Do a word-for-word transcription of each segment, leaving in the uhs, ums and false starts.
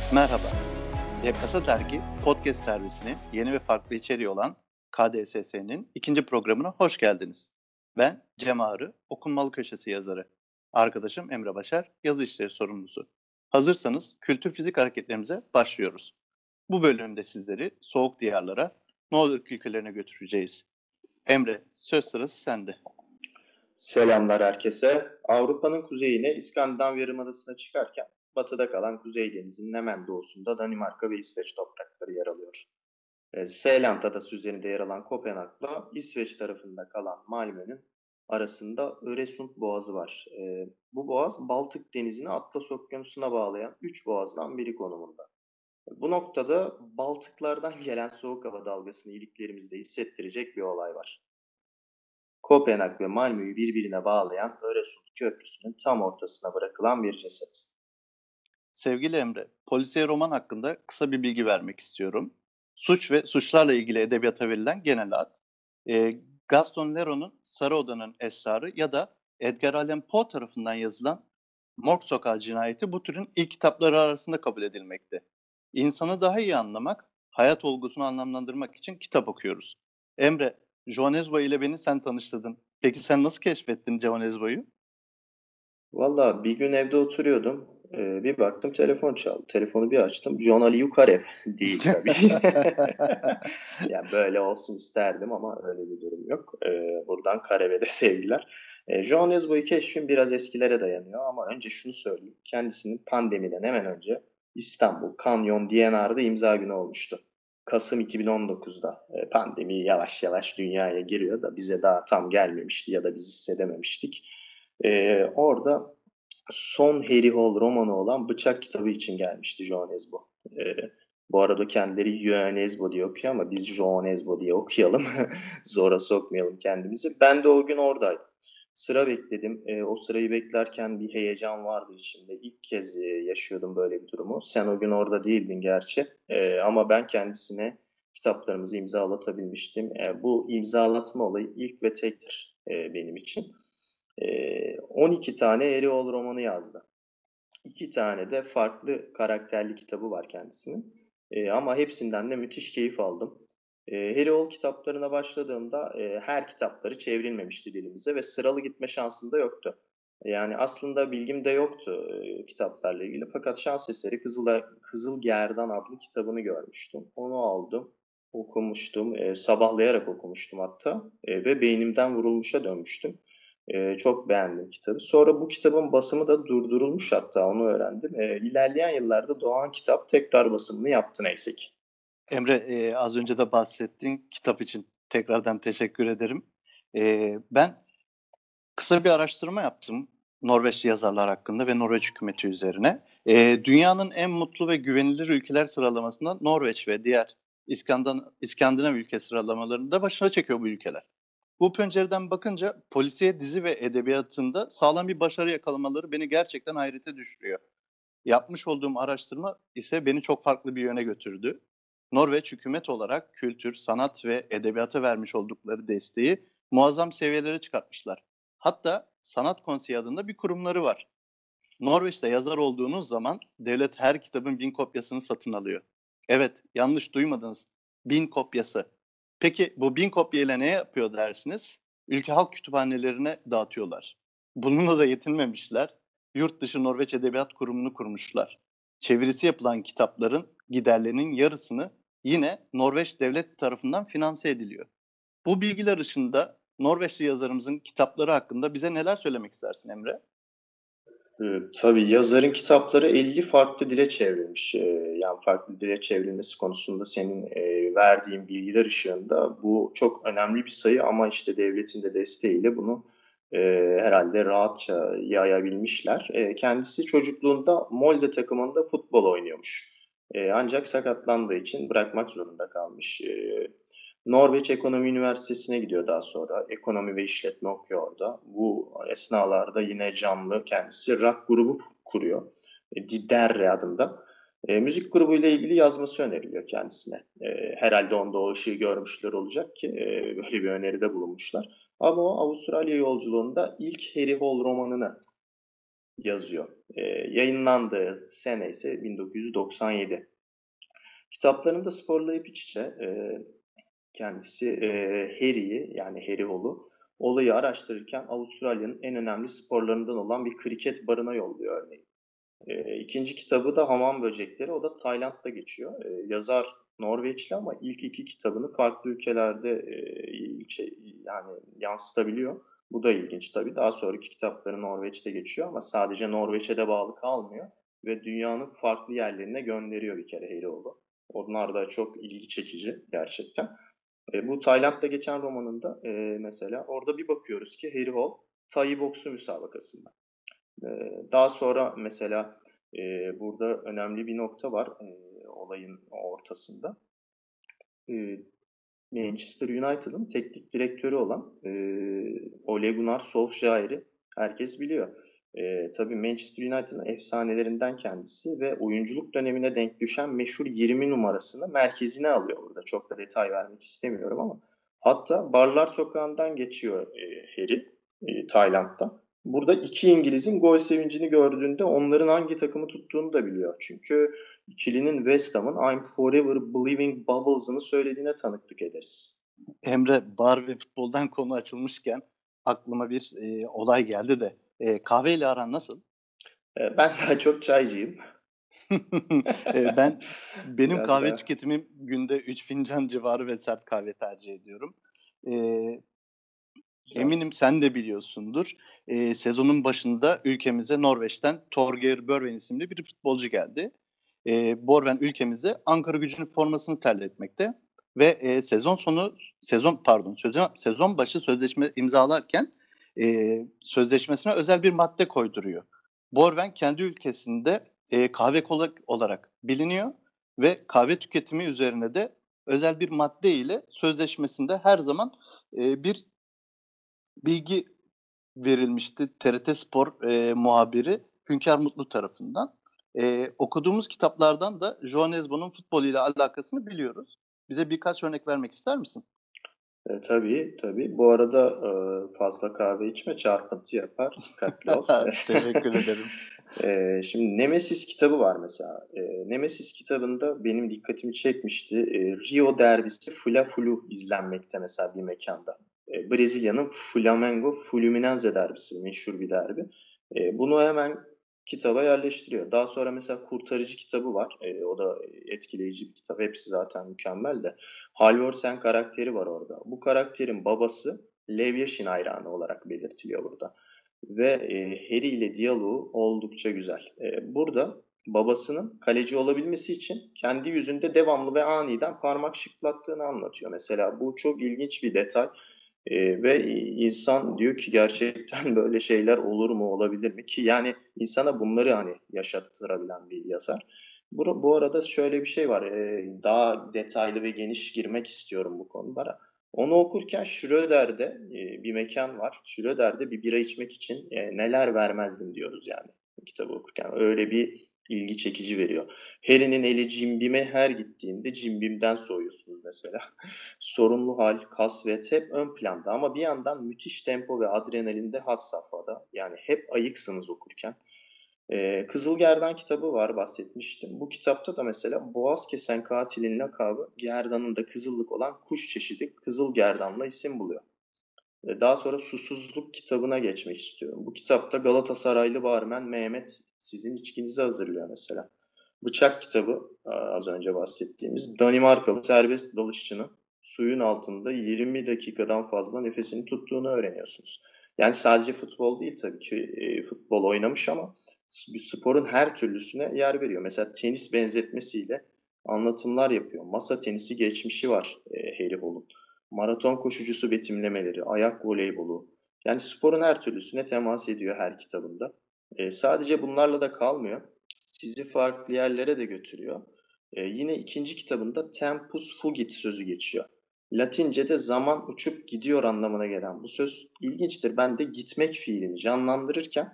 Merhaba, D K S A Dergi podcast servisinin yeni ve farklı içeriği olan K D S S'nin ikinci programına hoş geldiniz. Ben Cem Ağrı, Okunmalı Köşesi yazarı. Arkadaşım Emre Başar, yazı işleri sorumlusu. Hazırsanız kültür fizik hareketlerimize başlıyoruz. Bu bölümde sizleri soğuk diyarlara, Nordik ülkelerine götüreceğiz. Emre, söz sırası sende. Selamlar herkese. Avrupa'nın kuzeyine İskandinav Yarımadası'na çıkarken batıda kalan Kuzey Denizi'nin hemen doğusunda Danimarka ve İsveç toprakları yer alıyor. E, Seeland Adası üzerinde yer alan Kopenhag'la İsveç tarafında kalan Malmö'nün arasında Öresund Boğazı var. E, bu boğaz Baltık Denizi'ni Atlas Okyanusu'na bağlayan üç boğazdan biri konumunda. Bu noktada Baltıklardan gelen soğuk hava dalgasını iliklerimizde hissettirecek bir olay var. Kopenhag ve Malmö'yü birbirine bağlayan Öresund Köprüsü'nün tam ortasına bırakılan bir ceset. Sevgili Emre, polisiye roman hakkında kısa bir bilgi vermek istiyorum. Suç ve suçlarla ilgili edebiyata verilen genel ad. E, Gaston Leroux'un Sarı Oda'nın Esrarı ya da Edgar Allan Poe tarafından yazılan Morg Sokağı Cinayeti bu türün ilk kitapları arasında kabul edilmekte. İnsanı daha iyi anlamak, hayat olgusunu anlamlandırmak için kitap okuyoruz. Emre, Joan Esbo ile beni sen tanıştırdın. Peki sen nasıl keşfettin Joan Esbo'yu? Valla bir gün evde oturuyordum. Ee, bir baktım telefon çaldı. Telefonu bir açtım. John Ali Yukarev değil tabii. Yani böyle olsun isterdim ama öyle bir durum yok. Ee, buradan Karev'e de sevgiler. Ee, John Esbo'yu keşfim biraz eskilere dayanıyor ama önce şunu söyleyeyim. Kendisinin pandemiden hemen önce İstanbul Kanyon D N R'da imza günü olmuştu. Kasım iki bin on dokuzda e, pandemi yavaş yavaş dünyaya giriyor da bize daha tam gelmemişti ya da biz hissedememiştik. Ee, orada son Harry Hole romanı olan Bıçak kitabı için gelmişti Joan Esbo. Ee, bu arada kendileri Joan Esbo diye okuyor ama biz Joan Esbo diye okuyalım. Zora sokmayalım kendimizi. Ben de o gün oradaydım. Sıra bekledim. Ee, o sırayı beklerken bir heyecan vardı içimde. İlk kez e, yaşıyordum böyle bir durumu. Sen o gün orada değildin gerçi. Ee, ama ben kendisine kitaplarımızı imzalatabilmiştim. Ee, bu imzalatma olayı ilk ve tektir e, benim için. Ee, on iki tane Erioğlu romanı yazdı. İki tane de farklı karakterli kitabı var kendisinin. Ee, ama hepsinden de müthiş keyif aldım. Ee, Erioğlu kitaplarına başladığımda e, her kitapları çevrilmemişti dilimize ve sıralı gitme şansım da yoktu. Yani aslında bilgim de yoktu e, kitaplarla ilgili. Fakat şans eseri Kızıl, Kızıl Gerdan adlı kitabını görmüştüm. Onu aldım, okumuştum. E, sabahlayarak okumuştum hatta. E, ve beynimden vurulmuşa dönmüştüm. Ee, çok beğendim kitabı. Sonra bu kitabın basımı da durdurulmuş, hatta onu öğrendim. Ee, ilerleyen yıllarda Doğan Kitap tekrar basımını yaptı neyse ki. Emre, eee, az önce de bahsettiğin kitap için tekrardan teşekkür ederim. Eee, ben kısa bir araştırma yaptım Norveçli yazarlar hakkında ve Norveç hükümeti üzerine. Eee, dünyanın en mutlu ve güvenilir ülkeler sıralamasında Norveç ve diğer İskandan İskandinav ülke sıralamalarında başına çekiyor bu ülkeler. Bu pencereden bakınca polisiye dizi ve edebiyatında sağlam bir başarı yakalamaları beni gerçekten hayrete düşürüyor. Yapmış olduğum araştırma ise beni çok farklı bir yöne götürdü. Norveç hükümet olarak kültür, sanat ve edebiyata vermiş oldukları desteği muazzam seviyelere çıkartmışlar. Hatta Sanat Konseyi adında bir kurumları var. Norveç'te yazar olduğunuz zaman devlet her kitabın bin kopyasını satın alıyor. Evet, yanlış duymadınız. Bin kopyası. Peki bu bin kopyayla ne yapıyor dersiniz? Ülke halk kütüphanelerine dağıtıyorlar. Bununla da yetinmemişler. Yurt dışı Norveç Edebiyat Kurumu'nu kurmuşlar. Çevirisi yapılan kitapların giderlerinin yarısını yine Norveç devlet tarafından finanse ediliyor. Bu bilgiler ışığında Norveçli yazarımızın kitapları hakkında bize neler söylemek istersin Emre? Ee, tabii yazarın kitapları elli farklı dile çevrilmiş. Ee, yani farklı dile çevrilmesi konusunda senin e, verdiğin bilgiler ışığında bu çok önemli bir sayı ama işte devletin de desteğiyle bunu e, herhalde rahatça yayabilmişler. E, kendisi çocukluğunda Molde takımında futbol oynuyormuş. E, ancak sakatlandığı için bırakmak zorunda kalmış. E, Norveç Ekonomi Üniversitesi'ne gidiyor daha sonra. Ekonomi ve işletme okuyor orada. Bu esnalarda yine canlı kendisi rock grubu kuruyor. E, Diderre adında. E, müzik grubuyla ilgili yazması öneriliyor kendisine. E, herhalde onda o ışığı görmüşler olacak ki e, böyle bir öneride bulunmuşlar. Ama o Avustralya yolculuğunda ilk Harry Hole romanını yazıyor. E, yayınlandığı sene ise bin dokuz yüz doksan yedi. Kitaplarında sporla hep iç içe. E, kendisi e, Harry'i yani Harry Hall'u olayı araştırırken Avustralya'nın en önemli sporlarından olan bir kriket barına yolluyor örneğin. E, ikinci kitabı da Hamam Böcekleri. O da Tayland'da geçiyor. E, yazar Norveçli ama ilk iki kitabını farklı ülkelerde e, şey, yani yansıtabiliyor. Bu da ilginç tabii. Daha sonraki kitapları Norveç'te geçiyor ama sadece Norveç'e de bağlı kalmıyor ve dünyanın farklı yerlerine gönderiyor bir kere Harry'oğlu. Onlar da çok ilgi çekici gerçekten. E, bu Tayland'da geçen romanında e, mesela orada bir bakıyoruz ki Harry Hole Thai boksu müsabakasında. E, daha sonra mesela e, burada önemli bir nokta var e, olayın ortasında. E, Manchester United'ın teknik direktörü olan e, Ole Gunnar Solskjaer'i herkes biliyor. E, tabii Manchester United'ın efsanelerinden kendisi ve oyunculuk dönemine denk düşen meşhur yirmi numarasını merkezine alıyor burada. Çok da detay vermek istemiyorum ama hatta Barlar Sokağı'ndan geçiyor e, Harry e, Tayland'da. Burada iki İngiliz'in gol sevincini gördüğünde onların hangi takımı tuttuğunu da biliyor. Çünkü ikilinin West Ham'ın I'm Forever Believing Bubbles'ını söylediğine tanıklık ederiz. Emre, bar ve futboldan konu açılmışken aklıma bir e, olay geldi de e, kahveyle aran nasıl? E, ben daha çok çaycıyım. e, ben benim Biraz kahve daha. tüketimim günde üç fincan civarı ve sert kahve tercih ediyorum. E, Güzel. Eminim sen de biliyorsundur. E, sezonun başında ülkemize Norveç'ten Torgeir Børven isimli bir futbolcu geldi. E, Borven ülkemize Ankara Gücü'nün formasını terletmekte ve e, sezon sonu sezon pardon sezon sezon başı sözleşme imzalarken e, sözleşmesine özel bir madde koyduruyor. Borven kendi ülkesinde e, kahve kola olarak biliniyor ve kahve tüketimi üzerine de özel bir madde ile sözleşmesinde her zaman e, bir bilgi verilmişti T R T Spor e, muhabiri Hünkar Mutlu tarafından. E, okuduğumuz kitaplardan da Johannesburg'un futbol ile alakasını biliyoruz. Bize birkaç örnek vermek ister misin? E, tabii tabii. Bu arada e, fazla kahve içme çarpıntı yapar. Dikkatli ol. Teşekkür ederim. e, şimdi Nemesis kitabı var mesela. E, Nemesis kitabında benim dikkatimi çekmişti. E, Rio derbisi Fla Flu izlenmekte mesela bir mekanda. E, Brezilya'nın Flamengo Fluminense derbisi meşhur bir derbi. E, bunu hemen kitaba yerleştiriyor. Daha sonra mesela Kurtarıcı kitabı var. E, o da etkileyici bir kitap. Hepsi zaten mükemmel de. Halvorsen karakteri var orada. Bu karakterin babası Lev Yashin hayranı olarak belirtiliyor burada. Ve e, Harry ile diyaloğu oldukça güzel. E, burada babasının kaleci olabilmesi için kendi yüzünde devamlı ve aniden parmak şıklattığını anlatıyor. Mesela bu çok ilginç bir detay. E, ve insan diyor ki gerçekten böyle şeyler olur mu, olabilir mi? Ki yani insana bunları hani yaşattırabilen bir yazar. Bu, bu arada şöyle bir şey var. E, daha detaylı ve geniş girmek istiyorum bu konulara. Onu okurken Schröder'de e, bir mekan var. Schröder'de bir bira içmek için e, neler vermezdim diyoruz yani kitabı okurken. Öyle bir ilgi çekici veriyor. Harry'nin eli Cimbim'e her gittiğinde Cimbim'den soğuyorsunuz mesela. Sorunlu hal, kasvet hep ön planda ama bir yandan müthiş tempo ve adrenalinde had safhada. Yani hep ayıksınız okurken. Ee, Kızılgerdan kitabı var bahsetmiştim. Bu kitapta da mesela boğaz kesen katilin lakabı gerdanında kızıllık olan kuş çeşidi Kızılgerdan'la isim buluyor. Ee, daha sonra Susuzluk kitabına geçmek istiyorum. Bu kitapta Galatasaraylı barmen Mehmet sizin içkinizi hazırlıyor mesela. Bıçak kitabı az önce bahsettiğimiz Danimarkalı serbest dalışçının suyun altında yirmi dakikadan fazla nefesini tuttuğunu öğreniyorsunuz. Yani sadece futbol değil tabii ki e, futbol oynamış ama bir sporun her türlüsüne yer veriyor. Mesela tenis benzetmesiyle anlatımlar yapıyor. Masa tenisi geçmişi var e, Harry Hall'un. Maraton koşucusu betimlemeleri, ayak voleybolu. Yani sporun her türlüsüne temas ediyor her kitabında. E, sadece bunlarla da kalmıyor. Sizi farklı yerlere de götürüyor. E, yine ikinci kitabında tempus fugit sözü geçiyor. Latince'de zaman uçup gidiyor anlamına gelen bu söz ilginçtir. Ben de gitmek fiilini canlandırırken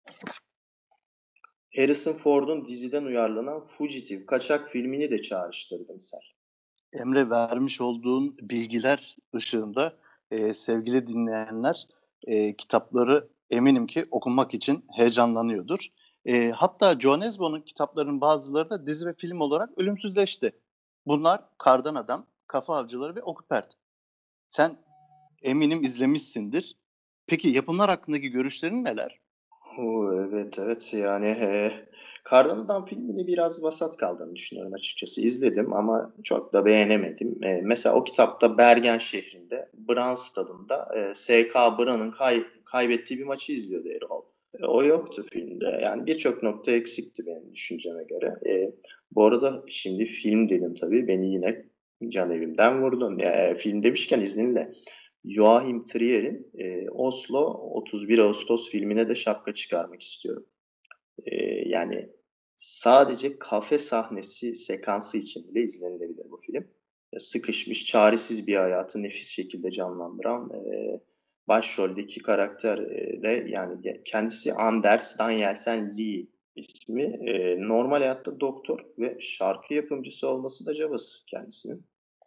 Harrison Ford'un diziden uyarlanan Fugitive, Kaçak filmini de çağrıştırdı misal. Emre, vermiş olduğun bilgiler ışığında e, sevgili dinleyenler e, kitapları eminim ki okumak için heyecanlanıyordur. E, hatta John Nesbo'nun kitaplarının bazıları da dizi ve film olarak ölümsüzleşti. Bunlar Kardan Adam, Kafa Avcıları ve Okupert. Sen eminim izlemişsindir. Peki yapımlar hakkındaki görüşlerin neler? Hu, evet, evet. Yani, eee, Kardan Adam filmini biraz vasat kaldığını düşünüyorum açıkçası. İzledim ama çok da beğenemedim. Eee, mesela o kitapta Bergen şehrinde, Bran stadında, eee, S K Bran'ın kay kaybettiği bir maçı izliyordu Erol. Eee, o yoktu filmde. Yani birçok nokta eksikti benim düşünceme göre. Eee, bu arada şimdi film dedim tabii. Beni yine can evimden vurdun. Eee, film demişken izninle Joachim Trier'in eee, Oslo otuz bir Ağustos filmine de şapka çıkarmak istiyorum. Eee, yani sadece kafe sahnesi sekansı için bile izlenilebilir bu film. E, sıkışmış, çaresiz bir hayatı nefis şekilde canlandıran eee, başroldeki karakter eee, de yani kendisi Anders Danielsen Lee ismi. Eee, normal hayatta doktor ve şarkı yapımcısı olması da cabası kendisinin.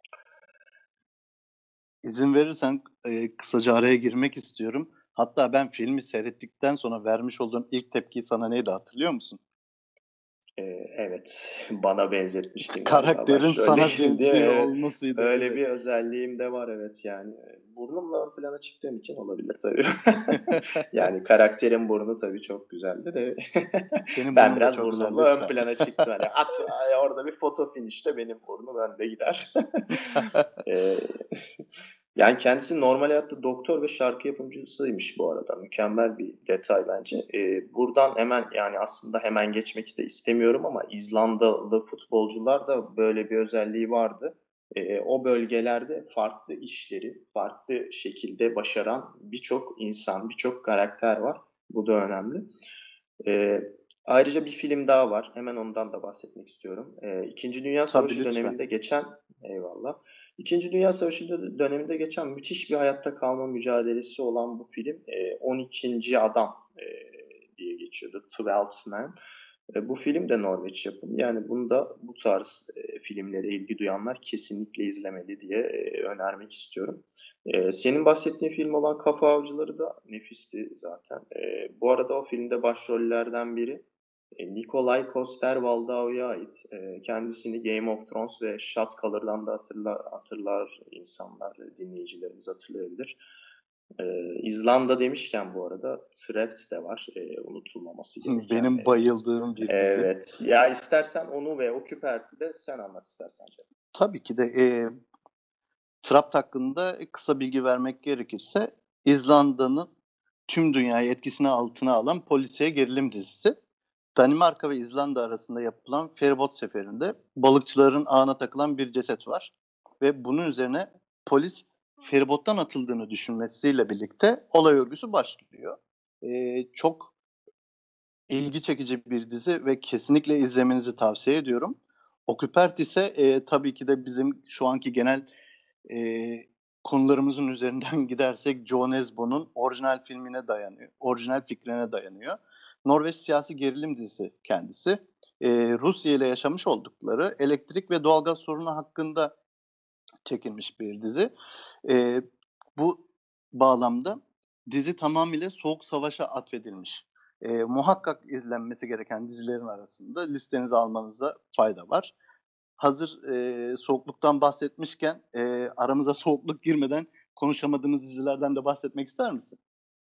İzin verirsen e, kısaca araya girmek istiyorum. Hatta ben filmi seyrettikten sonra vermiş olduğum ilk tepki sana neydi hatırlıyor musun? Eee, evet, bana benzetmiştin galiba Karakterin sana başroldekini değil mi? benziyor Evet, olmasıydı. öyle Evet. bir özelliğim de var evet yani. Burnumla ön plana çıktığım için olabilir tabii. Yani karakterin burnu tabii çok güzeldi de Senin ben burnun da biraz çok güzel burnumla ön lütfen. plana çıktım. Hani at ay, orada bir foto finişte benim burnum önde gider. Eee, yani kendisi normal hayatta doktor ve şarkı yapımcısıymış bu arada. Mükemmel bir detay bence. Eee, buradan hemen yani aslında hemen geçmek de istemiyorum ama İzlandalı futbolcular da böyle bir özelliği vardı. Eee, o bölgelerde farklı işleri farklı şekilde başaran birçok insan, birçok karakter var. Bu da önemli. Eee, ayrıca bir film daha var. Hemen ondan da bahsetmek istiyorum. Eee, İkinci Dünya Tabii Savaşı lütfen. döneminde geçen Eyvallah. İkinci Dünya Savaşı dö döneminde geçen müthiş bir hayatta kalma mücadelesi olan bu film, eee, on ikinci Adam eee, diye geçiyordu. Twelfth Man. Eee, bu film de Norveç yapımı. Yani bunu da bu tarz, eee, filmlere ilgi duyanlar kesinlikle izlemeli diye, eee, önermek istiyorum. Eee, senin bahsettiğin film olan Kafa Avcıları da nefisti zaten. Eee, bu arada o filmde başrollerden biri e, Nikolaj Coster-Waldau'ya ait. E, kendisini Game of Thrones ve Shot Caller'dan da hatırlar, hatırlar insanlar, dinleyicilerimiz hatırlayabilir. E, İzlanda demişken bu arada Trapped de var. E, unutulmaması gereken. Benim E, bayıldığım bir dizi. evet. Ya istersen onu ve Occupert'i de sen anlat istersen. Canım. Tabii ki de e, Trapped hakkında kısa bilgi vermek gerekirse İzlanda'nın tüm dünyayı etkisine altına alan polisiye gerilim dizisi. Danimarka ve İzlanda arasında yapılan feribot seferinde balıkçıların ağına takılan bir ceset var. Ve bunun üzerine polis feribottan atıldığını düşünmesiyle birlikte olay örgüsü başlıyor. Ee, çok ilgi çekici bir dizi ve kesinlikle izlemenizi tavsiye ediyorum. Okupert ise e, tabii ki de bizim şu anki genel e, konularımızın üzerinden gidersek Joe Nesbo'nun orijinal filmine dayanıyor. Orijinal fikrine dayanıyor. Norveç siyasi gerilim dizisi kendisi. E, Rusya ile yaşamış oldukları elektrik ve doğalgaz sorunu hakkında çekilmiş bir dizi. E, bu bağlamda dizi tamamıyla Soğuk Savaş'a atfedilmiş. E, muhakkak izlenmesi gereken dizilerin arasında listenize almanızda fayda var. Hazır e, soğukluktan bahsetmişken e, aramıza soğukluk girmeden konuşamadığımız dizilerden de bahsetmek ister misin?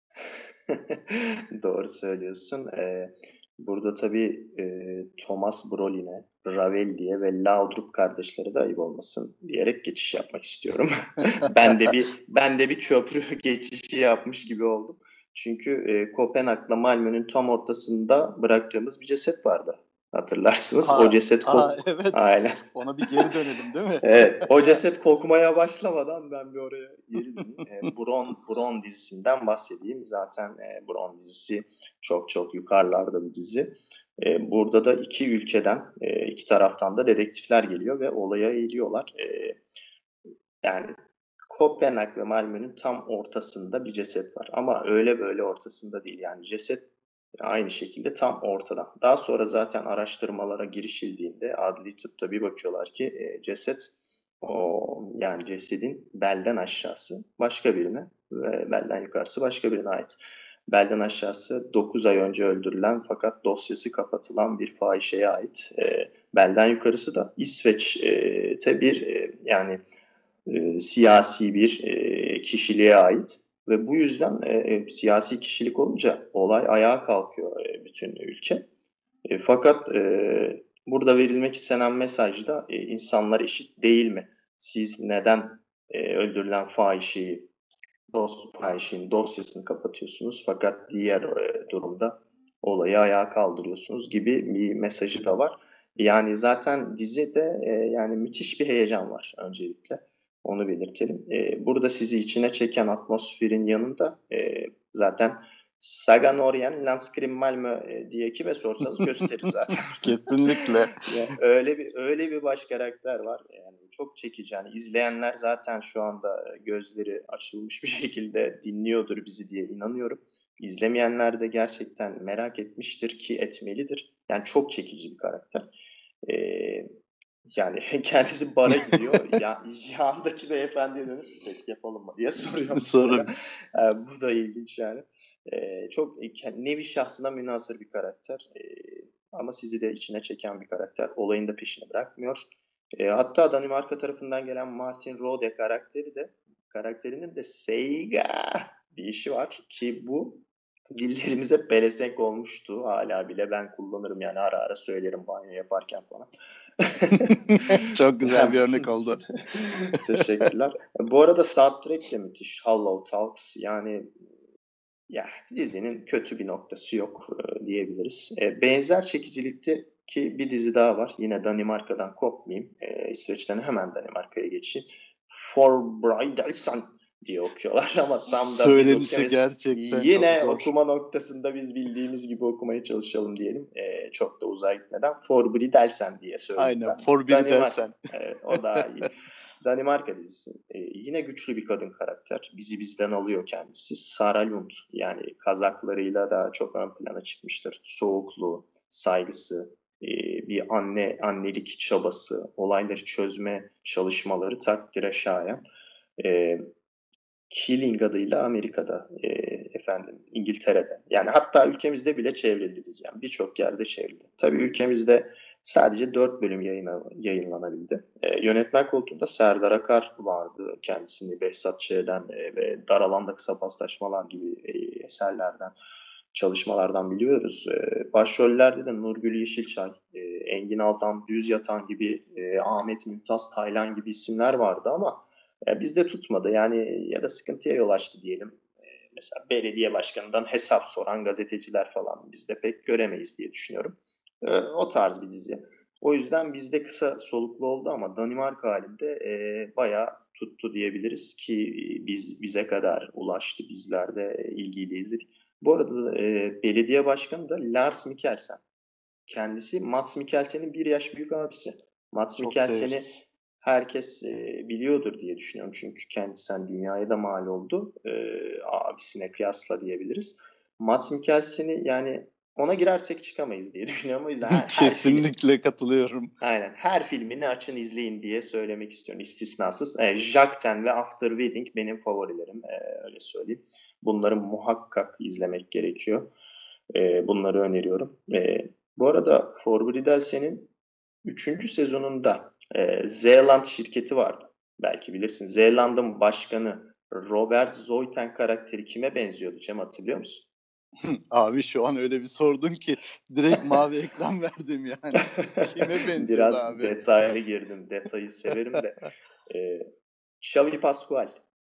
Doğru söylüyorsun. Eee, burada tabii eee, Thomas Brolin, Ravelli'ye ve Laudrup kardeşlere de ayıp olmasın diyerek geçiş yapmak istiyorum. ben de bir ben de bir köprü geçişi yapmış gibi oldum. Çünkü eee Kopenhag'la Malmö'nün tam ortasında bıraktığımız bir ceset vardı. Hatırlarsınız. O Aa, ceset aa kok evet. Aynen. Ona bir geri dönelim değil mi? Evet, o ceset kokmaya başlamadan ben bir oraya geri döneyim. E, Bron, Bron dizisinden bahsedeyim. Zaten e, Bron dizisi çok çok yukarılarda bir dizi. E, burada da iki ülkeden, e, iki taraftan da dedektifler geliyor ve olaya eğiliyorlar. E, yani Kopenhag ve Malmö'nün tam ortasında bir ceset var. Ama öyle böyle ortasında değil. Yani ceset aynı şekilde tam ortada. Daha sonra zaten araştırmalara girişildiğinde adli tıpta bir bakıyorlar ki e, ceset o yani cesedin belden aşağısı başka birine ve belden yukarısı başka birine ait. Belden aşağısı dokuz ay önce öldürülen fakat dosyası kapatılan bir fahişeye ait. E, belden yukarısı da İsveç'te bir e, yani e, siyasi bir e, kişiliğe ait. Ve bu yüzden e, siyasi kişilik olunca olay ayağa kalkıyor e, bütün ülke. E, fakat e, burada verilmek istenen mesaj da e, insanlar eşit değil mi? Siz neden e, öldürülen fahişeyi, dos, fahişenin dosyasını kapatıyorsunuz fakat diğer e, durumda olayı ayağa kaldırıyorsunuz gibi bir mesajı da var. Yani zaten dizide e, yani müthiş bir heyecan var öncelikle. Onu belirtelim. E, burada sizi içine çeken atmosferin yanında e, zaten Sagan Orien, Landskrim Malmö e, diye kime sorsanız gösterir zaten. Kesinlikle. Yani öyle bir öyle bir baş karakter var. Yani çok çekici. Yani izleyenler zaten şu anda gözleri açılmış bir şekilde dinliyordur bizi diye inanıyorum. İzlemeyenler de gerçekten merak etmiştir ki etmelidir. Yani çok çekici bir karakter. Ee, yani kendisi bara gidiyor. Ya, yandaki beyefendiye dönüp seks yapalım mı diye soruyor mesela. Yani bu da ilginç yani. Ee, çok nevi şahsına münhasır bir karakter. Ee, ama sizi de içine çeken bir karakter. Olayın da peşini bırakmıyor. E, hatta Danimarka tarafından gelen Martin Rode karakteri de karakterinin de Seiga deyişi var ki bu dillerimize pelesenk olmuştu. Hala bile ben kullanırım yani ara ara söylerim banyo yaparken falan. Çok güzel bir örnek oldu. Teşekkürler. Bu arada soundtrack de müthiş. Hollow Talks yani ya dizinin kötü bir noktası yok e, diyebiliriz. E, benzer çekicilikte ki bir dizi daha var. Yine Danimarka'dan kopmayayım. E, İsveç'ten hemen Danimarka'ya geçeyim. Forbrydelsen diye okuyorlar ama tam da biz okuyamayız. Gerçekten Yine çok zor. okuma noktasında biz bildiğimiz gibi okumaya çalışalım diyelim. E, çok da uzağa gitmeden Forbrydelsen diye söyleyeyim. Aynen. Forbrydelsen. Evet, o daha iyi. Danimarka dizisi. Ee, yine güçlü bir kadın karakter. Bizi bizden alıyor kendisi. Sara Lund. Yani kazaklarıyla da çok ön plana çıkmıştır. Soğukluğu, saygısı, e, bir anne annelik çabası, olayları çözme çalışmaları takdire şayan. E, Killing adıyla Amerika'da, e, efendim İngiltere'de. Yani hatta ülkemizde bile çevrildi dizi. Yani birçok yerde çevrildi. Tabii ülkemizde sadece dört bölüm yayına, yayınlanabildi. E, yönetmen koltuğunda Serdar Akar vardı. Kendisini Behzat Ç'den e, ve Dar Alanda Kısa Paslaşmalar gibi e, eserlerden, çalışmalardan biliyoruz. E, başrollerde de Nurgül Yeşilçay, e, Engin Altan Düz Yatan gibi, e, Ahmet Mümtaz Taylan gibi isimler vardı ama e, bizde tutmadı. Yani ya da sıkıntıya yol açtı diyelim. E, mesela belediye başkanından hesap soran gazeteciler falan bizde pek göremeyiz diye düşünüyorum. E, o tarz bir dizi. O yüzden bizde kısa soluklu oldu ama Danimarka halinde e, bayağı tuttu diyebiliriz ki biz bize kadar ulaştı. Bizler de ilgiyle izledik. Bu arada e, belediye başkanı da Lars Mikkelsen. Kendisi Mads Mikkelsen'in bir yaş büyük abisi. Mads Çok Mikkelsen'i severiz. herkes e, biliyordur diye düşünüyorum. Çünkü kendisi hani dünyaya da mal oldu. E, abisine kıyasla diyebiliriz. Mads Mikkelsen'i yani ona girersek çıkamayız diye düşünüyorum. O yüzden her, her Kesinlikle film, katılıyorum. aynen her filmini açın izleyin diye söylemek istiyorum istisnasız. E, Jacques Ten ve After Wedding benim favorilerim. E, öyle söyleyeyim. Bunları muhakkak izlemek gerekiyor. E, bunları öneriyorum. E, bu arada Forbridelsen'in üçüncü sezonunda e, Zeeland şirketi vardı. Belki bilirsin. Zeeland'ın başkanı Robert Zoyten karakteri kime benziyordu Cem, hatırlıyor musun? Abi şu an öyle bir sordun ki direkt mavi ekran verdim yani. Kime benziyordu Biraz abi? detaya girdim. Detayı severim de. E, Xavi Pascual.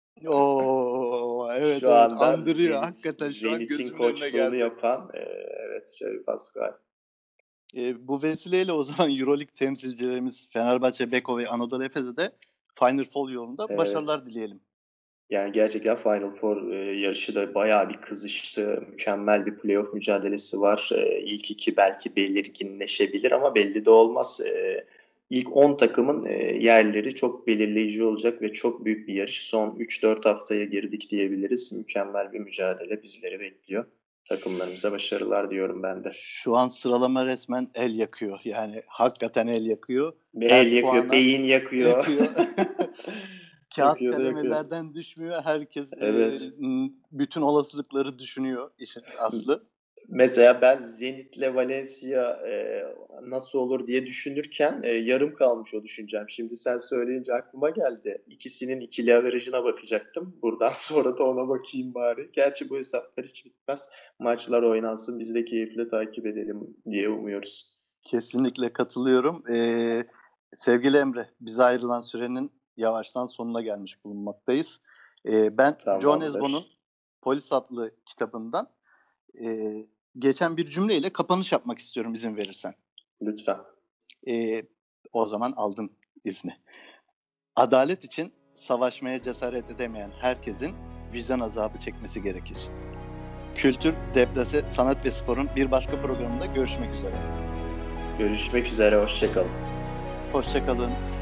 Oo evet Şu evet anda andırıyor. Zenit, Hakikaten şu an Zenit'in gözümün önüne koçluğunu geldi. yapan e, evet Xavi Pascual. E, bu vesileyle o zaman Euroleague temsilcilerimiz Fenerbahçe, Beko ve Anadolu Efes'e de Final Four yolunda Evet. başarılar dileyelim. Yani gerçekten Final Four e, yarışı da bayağı bir kızıştı. Mükemmel bir playoff mücadelesi var. E, ilk iki belki belirginleşebilir ama belli de olmaz. E, ilk on takımın e, yerleri çok belirleyici olacak ve çok büyük bir yarış. Son üç dört haftaya girdik diyebiliriz. Mükemmel bir mücadele bizleri bekliyor. Takımlarımıza başarılar diyorum ben de. Şu an sıralama resmen el yakıyor. Yani hakikaten el yakıyor. Bir Her el yakıyor, puana beyin yakıyor. yakıyor. kağıt Yakıyor da yakıyor. kalemelerden düşmüyor. Herkes Evet. e, bütün olasılıkları düşünüyor işin aslı. Mesela ben Zenit'le Valencia e, nasıl olur diye düşünürken e, yarım kalmış o düşüncem. Şimdi sen söyleyince aklıma geldi. İkisinin ikili averajına bakacaktım. Buradan sonra da ona bakayım bari. Gerçi bu hesaplar hiç bitmez. Maçlar oynansın, biz de keyifle takip edelim diye umuyoruz. Kesinlikle katılıyorum. Ee, sevgili Emre, bize ayrılan sürenin yavaştan sonuna gelmiş bulunmaktayız. Ee, ben John Tamamdır. Esbo'nun Polis adlı kitabından e, geçen bir cümleyle kapanış yapmak istiyorum izin verirsen. Lütfen. Ee, o zaman aldım izni. Adalet için savaşmaya cesaret edemeyen herkesin vicdan azabı çekmesi gerekir. Kültür, deplase, sanat ve sporun bir başka programında görüşmek üzere. Görüşmek üzere, hoşça kalın. Hoşça kalın.